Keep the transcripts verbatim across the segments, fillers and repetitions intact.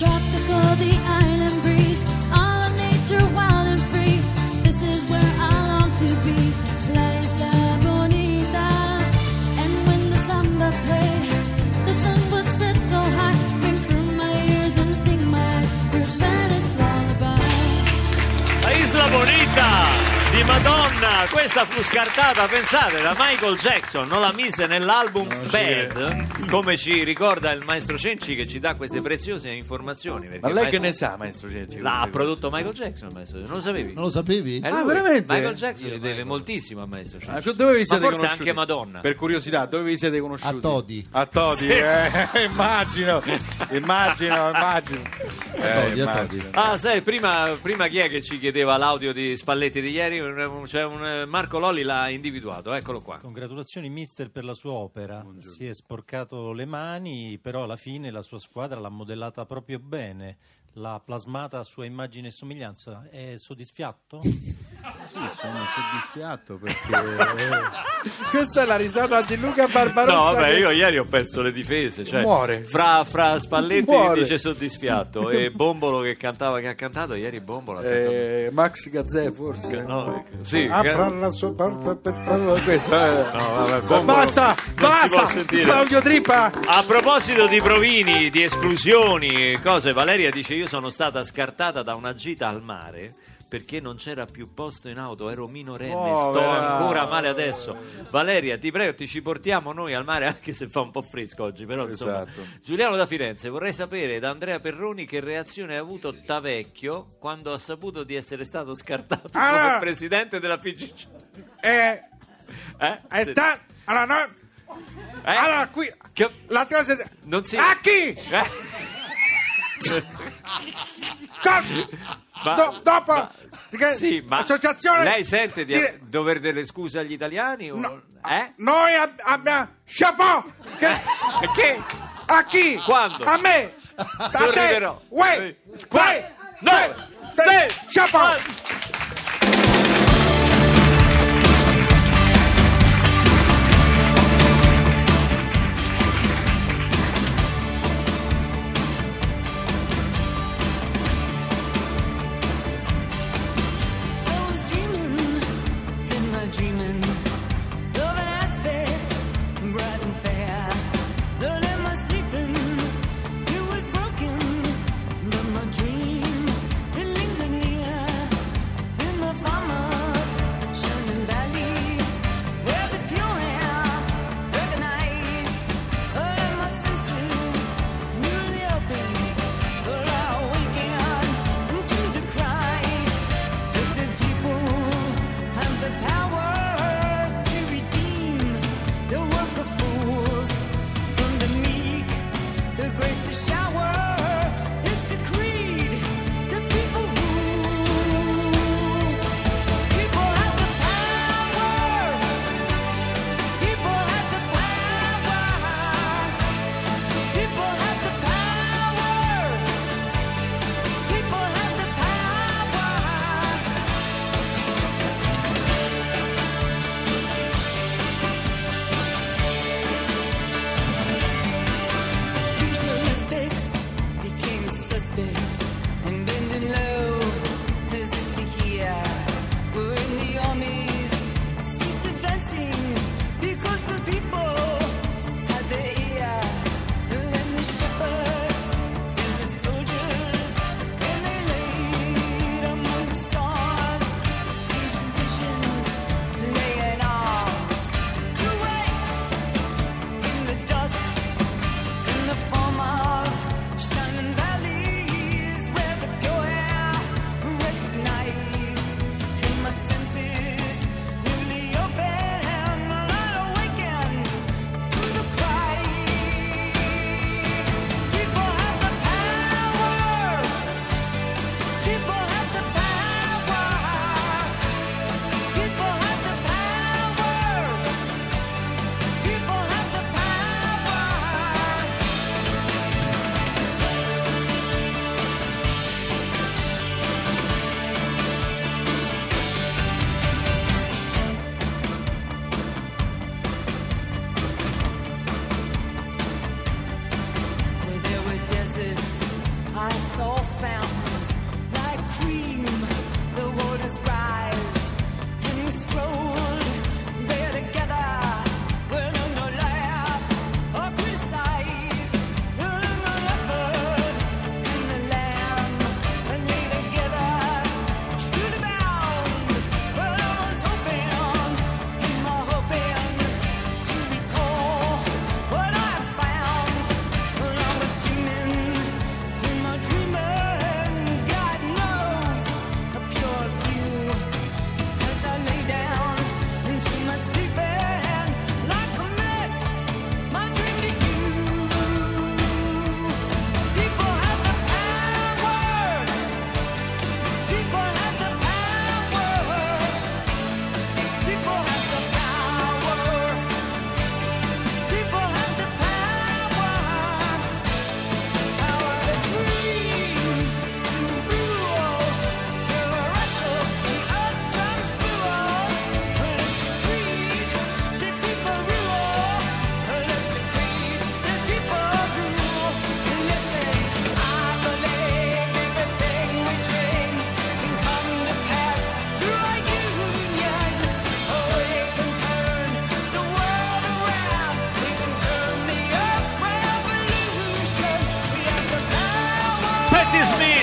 tropical, the island breeze, all of nature wild and free. This is where I long to be, La Isla Bonita. And when the samba played, the sun would set so high, ring through my ears and sting my eyes, your Spanish lullaby. La Isla Bonita di Madonna, questa fu scartata, pensate, da Michael Jackson, non la mise nell'album no, Bad, come ci ricorda il maestro Cenci, che ci dà queste preziose informazioni. Ma lei maestro... che ne sa, maestro Cenci? L'ha prodotto Michael Jackson, maestro. Non lo sapevi? Non lo sapevi? È ah, lui. veramente? Michael Jackson Io, gli deve Michael. moltissimo al maestro Cenci. Ah, dove vi siete Ma forse conosciuti? anche Madonna. Per curiosità, dove vi siete conosciuti? A Todi. A Todi, Sì. eh, immagino, immagino, immagino. A Todi, Eh, a Todi. immagino. Ah, sai, prima, prima chi è che ci chiedeva l'audio di Spalletti di ieri? C'è un Marco Lolli l'ha individuato, eccolo qua. Congratulazioni mister per la sua opera. Buongiorno. Si è sporcato le mani, però alla fine la sua squadra l'ha modellata proprio bene. L'ha plasmata a sua immagine e somiglianza. È soddisfatto? Sì, sono soddisfatto perché questa è la risata di Luca Barbarossa. No, vabbè, che... io ieri ho perso le difese. Cioè, Muore. Fra, fra Spalletti Muore. che dice soddisfatto e Bombolo che cantava, che ha cantato ieri. Bombolo ha cantato. eh, Max Gazzè forse. No, sì, Apra che- la sua porta per favore. Questa è... No, vabbè, Bombolo Basta, non si basta. può sentire. Claudio Trippa. A proposito di provini, di esclusioni, cose, Valeria dice: io sono stata scartata da una gita al mare perché non c'era più posto in auto, ero minorenne, sto Povera. ancora male adesso. Valeria, ti prego, ti ci portiamo noi al mare, anche se fa un po' fresco oggi, però insomma. Esatto. Giuliano da Firenze, vorrei sapere da Andrea Perroni che reazione ha avuto Tavecchio quando ha saputo di essere stato scartato Ah! come presidente della F I G C. Eh, Eh? è Se- sta... Allora, no... eh? allora qui... Che- La cosa... Non si... A chi? Eh? Co- Ma- Do- dopo... ma- che- Sì, ma associazione... lei sente di dire- dover delle scuse agli italiani? O... No. Eh? Noi ab- abbiamo... Chapeau! Che... Che? A chi? Quando? A me! Sorriderò. A te! Uè! Qua- Uè! No! Uè! Sei! Chapeau! I was dreaming, in my dreaming, of an aspect bright and fair. But in my sleeping, it was broken. But my dream, it lingered near.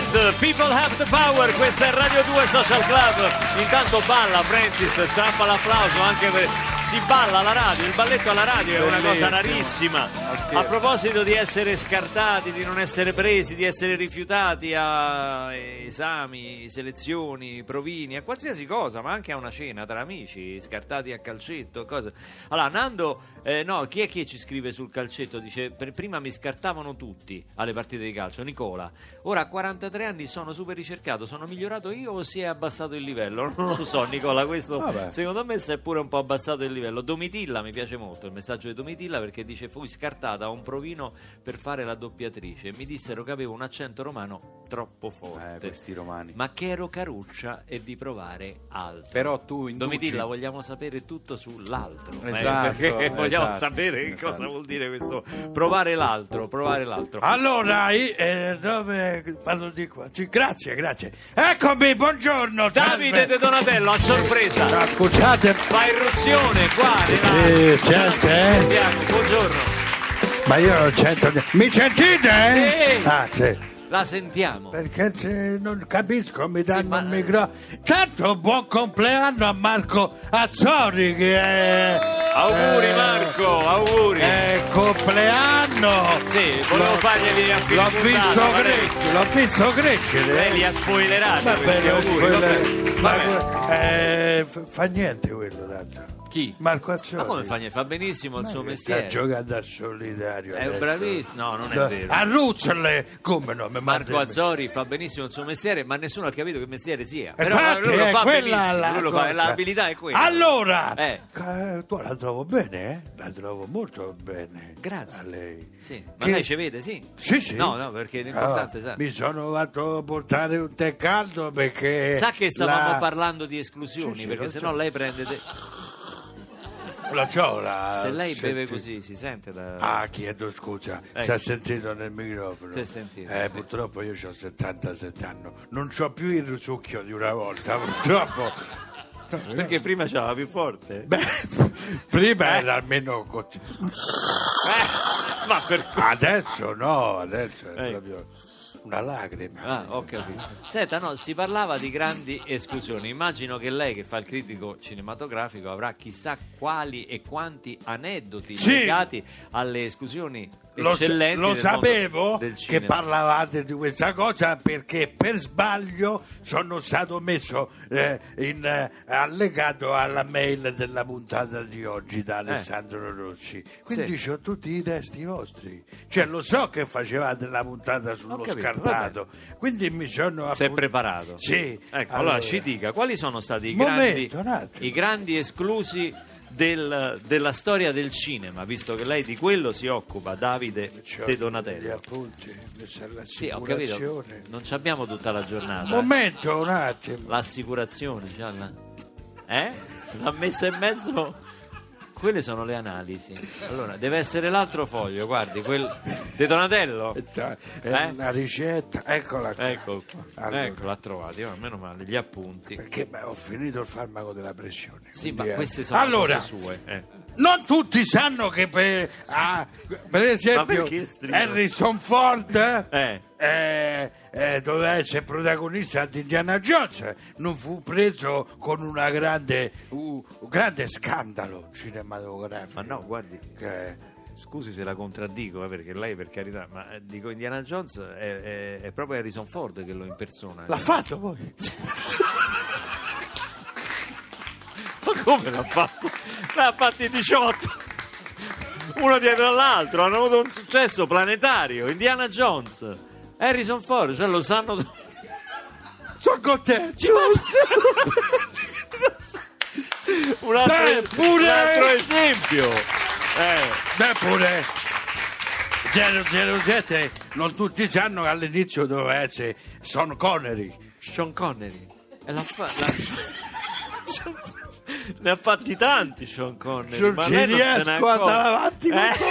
Band, People Have the Power, questa è Radio due Social Club. Intanto balla Francis, strappa l'applauso anche per... Si balla alla radio, il balletto alla radio è una cosa rarissima. A proposito di essere scartati, di non essere presi, di essere rifiutati a esami, selezioni, provini, a qualsiasi cosa, ma anche a una cena tra amici, scartati a calcetto, cose. Allora, Nando, eh, no, chi è che ci scrive sul calcetto? Dice, per prima mi scartavano tutti alle partite di calcio, Nicola. Ora a quarantatré anni sono super ricercato, sono migliorato io o si è abbassato il livello? Non lo so, Nicola, questo Vabbè. secondo me si è pure un po' abbassato il livello. Domitilla, mi piace molto il messaggio di Domitilla, perché dice: fui scartata a un provino per fare la doppiatrice, mi dissero che avevo un accento romano troppo forte, eh, questi romani, ma che ero caruccia e di provare altro. Però tu induci... Domitilla, vogliamo sapere tutto sull'altro, esatto, eh, perché vogliamo esatto, sapere che esatto. cosa vuol dire questo provare l'altro, provare l'altro. Allora, eh, dove vado di qua? Sì, grazie, grazie. Eccomi, buongiorno, Davide De Donatello, a sorpresa. Ah, scusate, fa irruzione qua nella... eh, certo, eh? Siamo, buongiorno. Ma io non sento. Mi sentite? Eh? Sì. Ah, sì. La sentiamo. Perché se non capisco, mi danno Sì, ma- il microfono. Tanto buon compleanno a Marco Azzori che è. Auguri eh, Marco, auguri. È compleanno. Sì, volevo L'ho- farglieli a fine L'ho puntata, visto ma lei- crescere, l'ho visto crescere. Lei li ha spoilerati Va questi bene, auguri. quella- Vabbè. ma- Vabbè. eh, f- fa niente quello tanto. Chi? Marco Azzori. Ma come fa niente? Fa benissimo il Ma suo che mestiere. sta giocando al solidario È adesso. bravissimo. No, non è Da- vero. A Ruzzole, come no? Mi Marco manda- Azzori fa benissimo il suo mestiere, ma nessuno ha capito che mestiere sia. Però Infatti, lui lo è fa quella benissimo, la lui lo fa, cosa. l'abilità è quella. Allora, Eh. ca- tu la trovo bene, eh? La trovo molto bene. Grazie. A lei. Sì. Ma Che- lei ci vede, sì? Sì, sì. No, no, perché l'importante, Ah, sa. mi sono fatto portare un tè caldo perché... Sa che stavamo la... parlando di esclusioni, Sì, sì, perché lo sennò so. lei prende... de- La c'ho, la- Se lei beve senti- così si sente da... Ah, chiedo scusa, Ecco. si è sentito nel microfono. Si è sentito, Eh, sì. purtroppo io ho settantasette anni, non c'ho più il risucchio di una volta, purtroppo. Perché prima c'era più forte. Beh, prima era almeno così. Eh, ma per Adesso no, adesso è Ecco. proprio una lacrima. Ah, ho capito. Senta, no, si parlava di grandi esclusioni. Immagino che lei, che fa il critico cinematografico, avrà chissà quali e quanti aneddoti Sì. legati alle esclusioni Lo, sa- eccellenti lo del sapevo mondo del che cinema. parlavate di questa cosa perché per sbaglio sono stato messo eh, in, eh, allegato alla mail della puntata di oggi da Alessandro Rossi. Quindi Sì. ho tutti i testi vostri. Cioè lo so che facevate la puntata sullo Ho capito, scartato. Quindi mi sono Si è appunt- preparato. Sì. Ecco, allora, ci dica quali sono stati i Momento, grandi, un attimo. i grandi esclusi del- della storia del cinema, visto che lei di quello si occupa, Davide C'ho De Gli Donatello. appunti, questa è Sì, ho capito. l'assicurazione. Non ci abbiamo tutta la giornata. eh. Momento, un attimo. L'assicurazione, c'ha la... eh? L'ha messa in mezzo. Quelle sono le analisi. Allora, deve essere l'altro foglio, guardi, quel De Donatello. È Eh? una ricetta, eccola qua. Ecco, Allora. ecco, l'ha trovati, oh, meno male, gli appunti. Perché beh, ho finito il farmaco della pressione. Sì, quindi, ma eh. queste sono allora, cose sue. Eh. non tutti sanno che per, ah, per esempio perché strido? Harrison Ford Eh. eh, eh, doveva essere protagonista di Indiana Jones, non fu preso con una grande, uh, un grande scandalo cinematografico. Ma no, guardi, Che, scusi se la contraddico, eh, perché lei, per carità, ma eh, dico Indiana Jones è, è- è proprio Harrison Ford che lo impersona. l'ha fatto poi? Ma come l'ha fatto? L'ha fatti diciotto, uno dietro all'altro, hanno avuto un successo planetario. Indiana Jones, Harrison Ford, cioè lo sanno tutti. Sono contento. Ci un altro, Beh, pure- un altro esempio. Eh, Beh, pure zero zero sette, non tutti sanno che all'inizio doveva essere Sean Connery. Sean Connery. E l'ha fa- l'ha- ne ha fatti tanti Sean Connery. Non ma ci lei non se ne riesco accorge. ad andare avanti con Eh? questo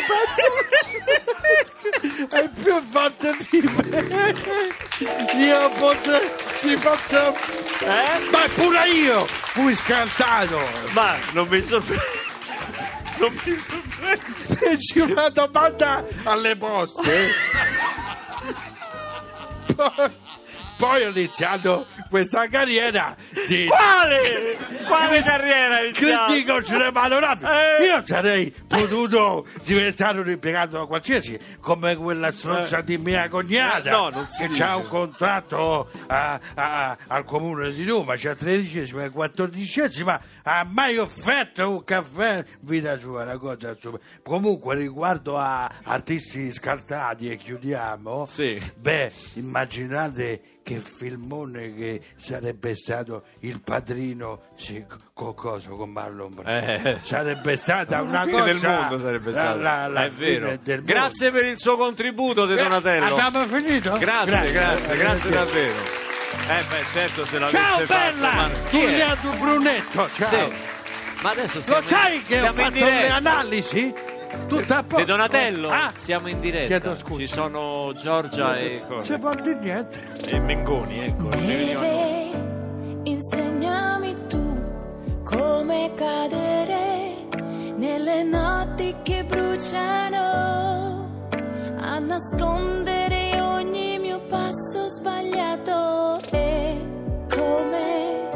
pezzo. È più forte di me. Io potrei, ci posso... Eh? Ma pure io fui scartato. Ma non mi sorprende. Non mi sorprende. Feci una domanda alle poste. Poi, poi ho iniziato questa carriera di Quale? Quale carriera hai iniziato? critico cinematografico. Eh. Io sarei potuto diventare un impiegato qualsiasi, come quella stronza di mia cognata, Eh, no, non si che dice. ha un contratto a- a- al comune di Roma, c'ha tredicesima e quattordicesima, ha mai offerto un caffè, vita sua, una cosa stupenda. Comunque, riguardo a artisti scartati, e chiudiamo, Sì. beh, immaginate che filmone che sarebbe stato Il Padrino, sì, con coso, con Marlon Brando. Eh. Sarebbe stata La una fine cosa del mondo sarebbe la- stato. la- la è vero. fine del Grazie per il suo contributo, De mondo. Donatello. Abbiamo finito? Grazie, grazie, grazie, davvero. Eh beh, certo, se l'avesse Ciao fatto, bella! ma chi è? Giuliano Brunetto, ciao. Sì. Ma adesso Lo stiamo sai che ho siamo in fatto le diretta. analisi? Tutto a posto. De Donatello, Ah, siamo in diretta. chiedo scusa. Ci sono Giorgia e, non si può dire niente. e Mengoni, ecco. ne veniva a noi. Neve, insegnami tu come cadere nelle notti che bruciano, a nascondere ogni mio passo sbagliato e come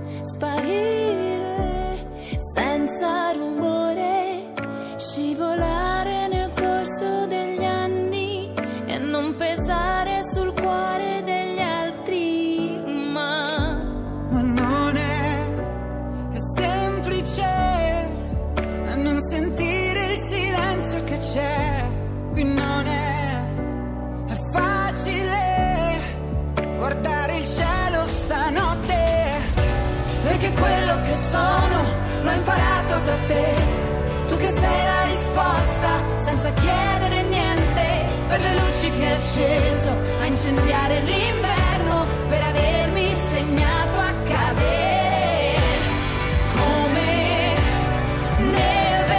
sparire senza rumore, scivolare nel corso degli anni e non pesare sul cuore degli altri, ma Ma non è, è semplice non sentire il silenzio che c'è. Qui non è, è facile guardare il cielo stanotte, perché quello che sono l'ho imparato da te. Tu che sei la risposta senza chiedere niente, per le luci che hai acceso a incendiare l'inverno, per avermi insegnato a cadere come neve.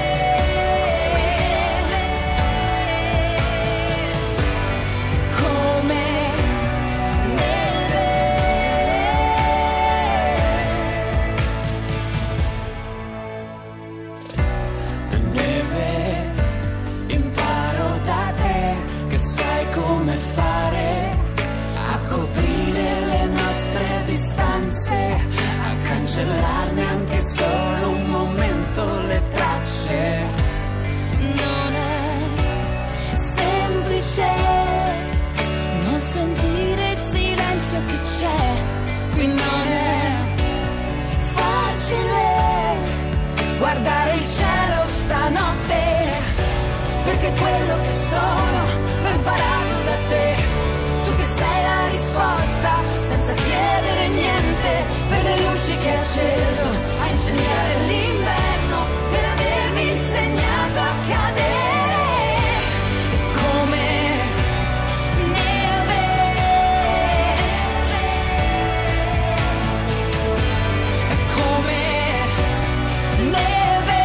Come neve. Neve, imparo da te che sai come fare a coprire le nostre distanze, a cancellarne anche solo un momento le tracce. non è semplice non sentire il silenzio che c'è. Qui non è facile guardare il cielo stanotte, perché quello che sono l'ho imparato da te. Tu che sei la risposta senza chiedere niente, per le luci che hai acceso a incendiare l'inverno, per avermi insegnato a cadere come neve. Come neve.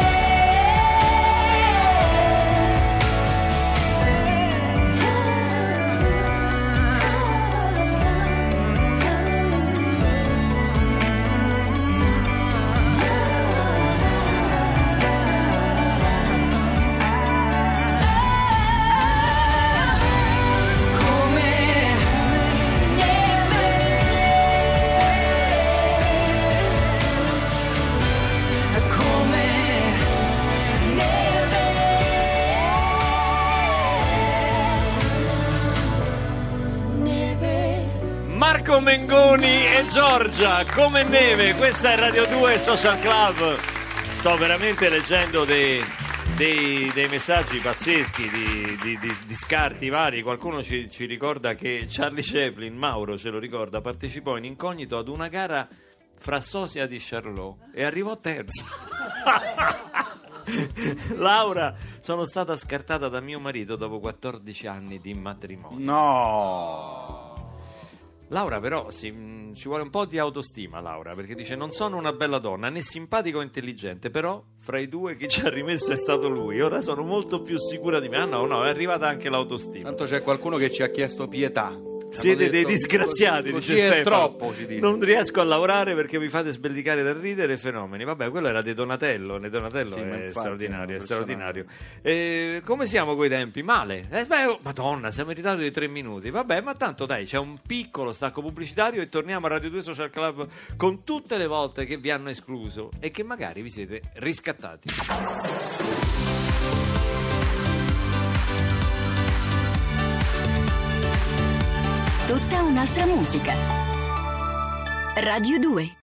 Marco Mengoni e Giorgia, come neve. Questa è Radio due Social Club. Sto veramente leggendo dei, dei, dei messaggi pazzeschi di, di, di, di scarti vari. Qualcuno ci, ci ricorda che Charlie Chaplin, Mauro ce lo ricorda, partecipò in incognito ad una gara fra sosia di Charlot e arrivò terzo. Laura, sono stata scartata da mio marito dopo quattordici anni di matrimonio. No. Laura però si, mh, ci vuole un po' di autostima, Laura, perché dice: non sono una bella donna né simpatica o intelligente, però fra i due chi ci ha rimesso è stato lui. Ora sono molto più sicura di me. Ah no, no, è arrivata anche l'autostima. Tanto c'è qualcuno che ci ha chiesto pietà. Siete dei detto, disgraziati, così- dice così è Stefano. troppo, si dice. Non riesco a lavorare perché mi fate sbellicare da ridere, fenomeni. Vabbè, quello era De Donatello. De Donatello Sì, ma è infatti, straordinario, è è un straordinario. Eh, come siamo coi tempi? Male. Eh, beh, oh, Madonna, siamo in ritardo di tre minuti. Vabbè, ma tanto dai, c'è un piccolo stacco pubblicitario e torniamo a Radio due Social Club con tutte le volte che vi hanno escluso e che magari vi siete riscattati. Tutta un'altra musica. Radio due.